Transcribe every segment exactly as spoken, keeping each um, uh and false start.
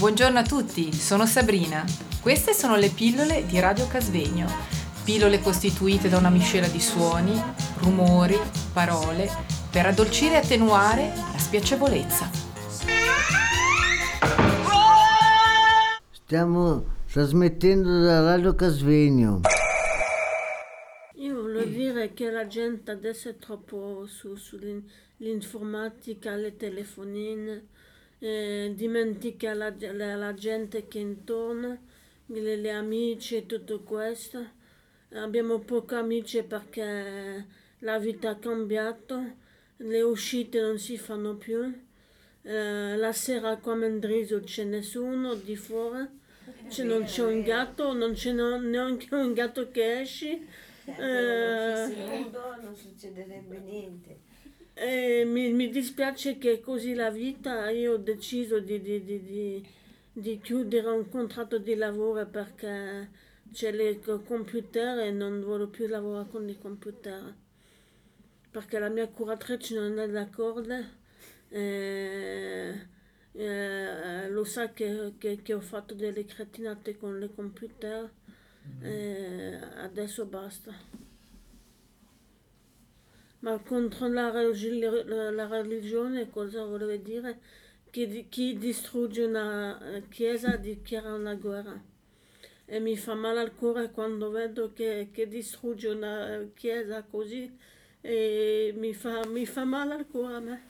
Buongiorno a tutti, sono Sabrina. Queste sono le pillole di Radio Casvegno. Pillole costituite da una miscela di suoni, rumori, parole, per addolcire e attenuare la spiacevolezza. Stiamo trasmettendo da Radio Casvegno. Io voglio dire che la gente adesso è troppo su, sull'informatica, le telefonine, eh, dimentica la, la, la gente che è intorno, le, le amici e tutto questo. Abbiamo pochi amici perché la vita ha cambiato, le uscite non si fanno più, eh, la sera qua a Mendrisio c'è nessuno di fuori, c'è, non c'è un gatto, non c'è neanche un gatto che esce. Eh, nudo, non succederebbe niente. Eh, mi, mi dispiace che è così la vita. Io ho deciso di, di, di, di, di chiudere un contratto di lavoro perché c'è il computer e non voglio più lavorare con i computer perché la mia curatrice non è d'accordo. Eh, eh, lo sa che, che, che ho fatto delle cretinate con il computer. Eh, adesso basta. Ma contro la, la, la religione cosa vuole dire? Chi, chi distrugge una chiesa dichiara una guerra. E mi fa male al cuore quando vedo che, che distrugge una chiesa così, e mi fa, mi fa male al cuore a me.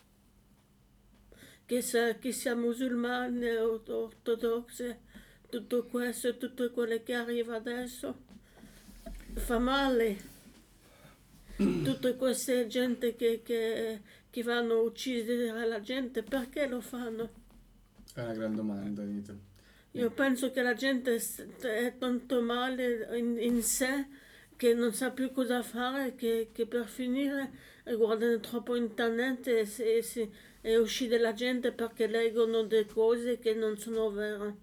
Che, sa, che sia musulmani, ortodossi, tutto questo, tutto quello che arriva adesso fa male. Tutte queste gente che, che, che vanno a uccidere la gente, perché lo fanno? È una gran domanda, Anita. Io penso che la gente è tanto male in, in sé che non sa più cosa fare, che, che per finire guardano troppo internet e, e, e uccide la gente perché leggono delle cose che non sono vere.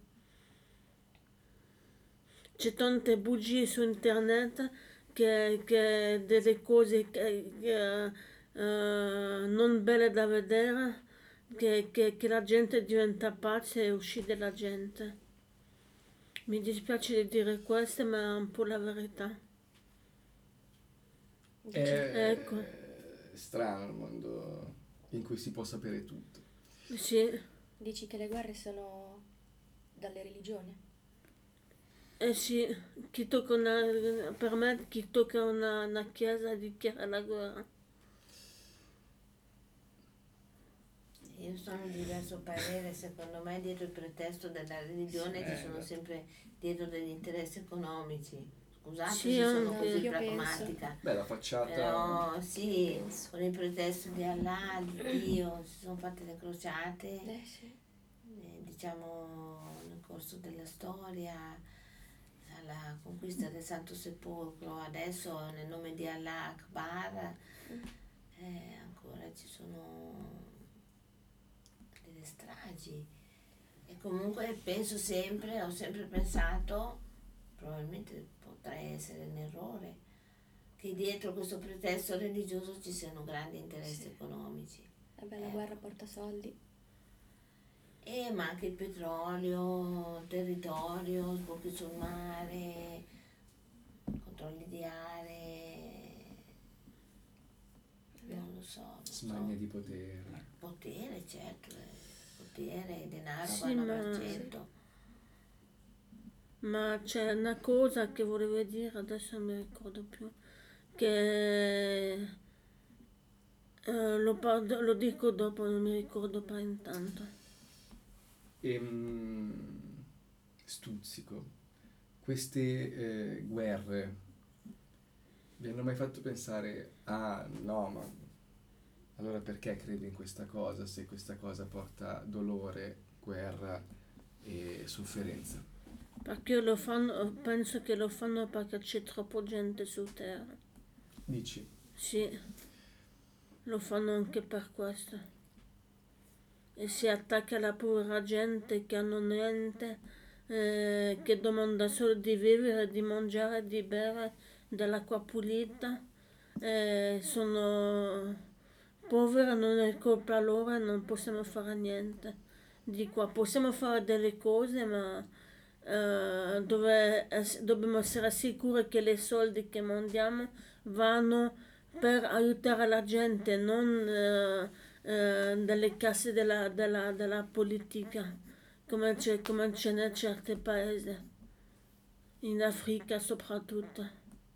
C'è tante bugie su internet, che, che delle cose che, che, uh, non belle da vedere, che, che, che la gente diventa pazza e uccide la gente. Mi dispiace di dire questo, ma è un po' la verità. È ecco. strano il mondo in cui si può sapere tutto. Sì. Dici che le guerre sono dalle religioni? Eh sì, chi tocca una, per me chi tocca una, una chiesa dichiara la guerra. Io sono di diverso parere, secondo me dietro il pretesto della religione ci sono sempre dietro degli interessi economici. Scusate sì, se sono anche. così Io pragmatica. penso. Beh, la facciata... Però sì, penso. con il pretesto di Allah, di Dio, si sono fatte le crociate, Eh sì. eh, diciamo nel corso della storia, alla conquista del Santo Sepolcro, adesso nel nome di Allah Akbar, eh, ancora ci sono delle stragi. E comunque penso sempre, ho sempre pensato, probabilmente potrei essere in errore, che dietro questo pretesto religioso ci siano grandi interessi Sì. economici. Vabbè, la Eh. guerra porta soldi. E ma anche il petrolio, il territorio, sbocchi sul mare, controlli di aree, non lo so. Non Smania so. di potere. Potere, certo, eh, potere e denaro Sì, vanno a ma- braccetto. Ma c'è una cosa che volevo dire, adesso non mi ricordo più, che eh, lo, parlo- lo dico dopo, non mi ricordo per intanto. Ehm, stuzzico. Queste eh, guerre vi hanno mai fatto pensare, ah no, ma allora perché credi in questa cosa se questa cosa porta dolore, guerra e sofferenza? Perché lo fanno, penso che lo fanno perché c'è troppa gente su terra. Dici? Sì, lo fanno anche per questo. E si attacca alla povera gente che hanno niente, eh, che domanda solo di vivere, di mangiare, di bere, dell'acqua pulita. Eh, sono povere, non è colpa loro e non possiamo fare niente. di qua. Possiamo fare delle cose, ma eh, dove, ess- dobbiamo essere sicuri che i soldi che mandiamo vanno per aiutare la gente, non eh, eh, delle casse della, della, della politica, come c'è, come c'è in certi paesi, in Africa soprattutto.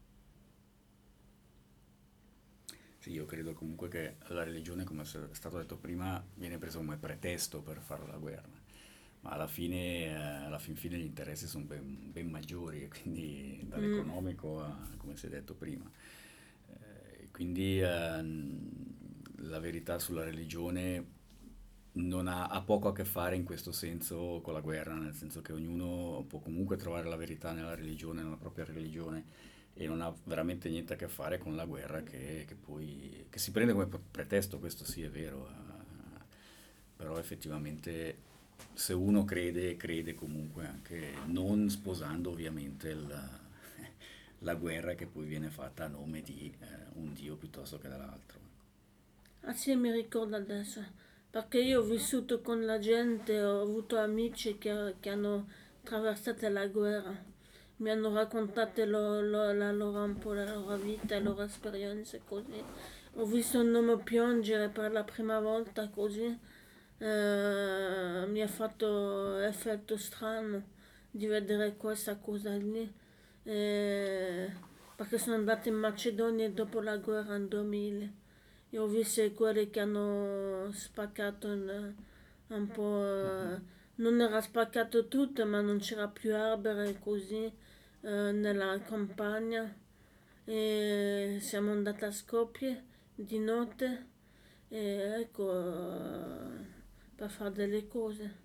Sì, io credo comunque che la religione, come è stato detto prima, viene presa come pretesto per fare la guerra, ma alla fine, eh, alla fin fine gli interessi sono ben, ben maggiori, e quindi dall'economico a, come si è detto prima. Eh, quindi eh, la verità sulla religione non ha, ha poco a che fare in questo senso con la guerra, nel senso che ognuno può comunque trovare la verità nella religione, nella propria religione, e non ha veramente niente a che fare con la guerra che, che poi che si prende come pretesto. Questo sì è vero, eh, però effettivamente se uno crede, crede comunque, anche non sposando ovviamente il, la guerra che poi viene fatta a nome di eh, un dio piuttosto che dell'altro. Ah sì, mi ricordo adesso, perché io ho vissuto con la gente, ho avuto amici che, che hanno attraversato la guerra, mi hanno raccontato lo- lo- la loro, un po' la loro vita, le loro esperienze così. Ho visto un uomo piangere per la prima volta così, eh, mi ha fatto effetto strano di vedere questa cosa lì, eh, perché sono andata in Macedonia dopo la guerra nel duemila. E ho visto quelli che hanno spaccato un, un po', eh, non era spaccato tutto, ma non c'era più alberi così eh, nella campagna. E siamo andati a Skopje di notte e ecco, eh, per fare delle cose.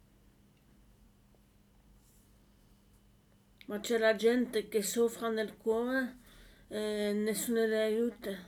Ma c'è la gente che soffre nel cuore e nessuno le aiuta.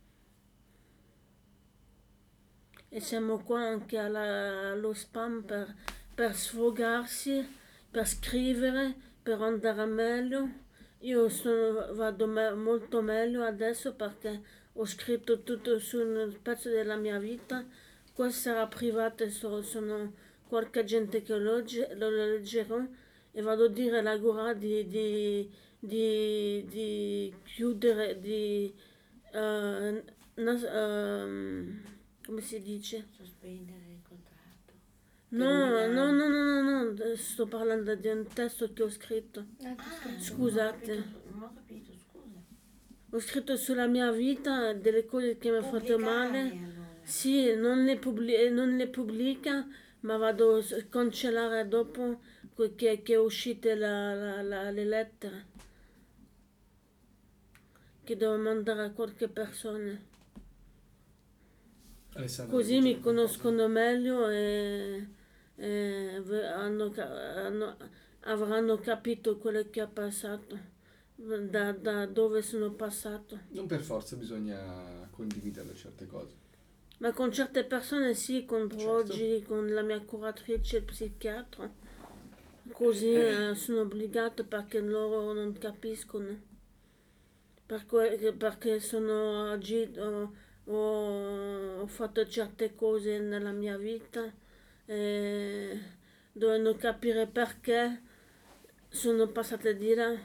E siamo qua anche alla- allo spam per, per sfogarsi, per scrivere, per andare meglio. Io sono, vado me- molto meglio adesso perché ho scritto tutto su un pezzo della mia vita. Questo sarà privato, so- sono qualche gente che lo, legge- lo leggerò e vado a dire la Gura di, di, di, di chiudere, di... eh, nas- ehm, come si dice? Sospendere il contratto. No, Terminare. no, no, no, no, no, sto parlando di un testo che ho scritto. Ah, tu Ah, scusa. Scusate. Non ho capito, non ho capito, scusa. Ho scritto sulla mia vita delle cose che mi hanno fatto male. Pubblicare, allora. Sì, non le, pubblica, non le pubblica, ma vado a cancellare dopo que- che, che è uscite la, la- la- le lettere che devo mandare a qualche persona. Alessandro, Così vuoi mi dire qualcosa? conoscono meglio e, e v- hanno ca- hanno- avranno capito quello che ho passato, da, da dove sono passato. Non per forza bisogna condividere certe cose. Ma con certe persone sì, con Certo. Brogi, con la mia curatrice, il psichiatra. Così eh, sono obbligato perché loro non capiscono. Per que- perché sono agito, ho, ho fatto certe cose nella mia vita e dovevano capire perché sono passate di là.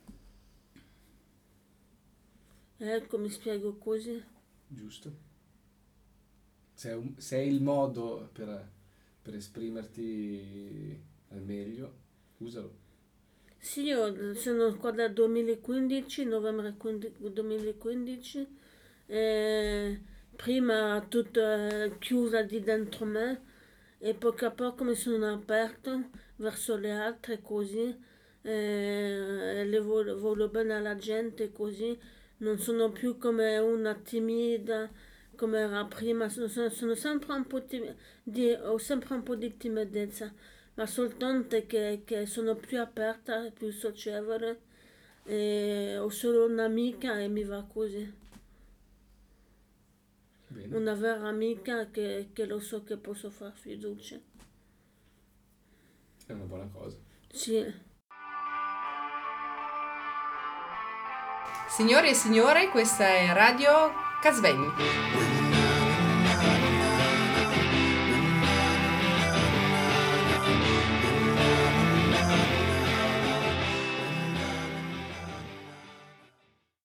Ecco, mi spiego così. Giusto? Se è, un- se è il modo per, per esprimerti al meglio, usalo. Sì, io sono qua dal duemilaquindici, novembre quindici duemilaquindici, e prima tutto eh, chiusa di dentro me e poco a poco mi sono aperto verso le altre così, e le vol- voglio bene alla gente così, non sono più come una timida come era prima, sono, sono- sono sempre un po' tim- di, ho sempre un po' di timidezza, ma soltanto che, che sono più aperta, più socievole e ho solo un'amica e mi va così. Bene. Una vera amica che, che lo so che posso far fiducia. È una buona cosa. Sì. Signori e signore, questa è Radio Casvegno.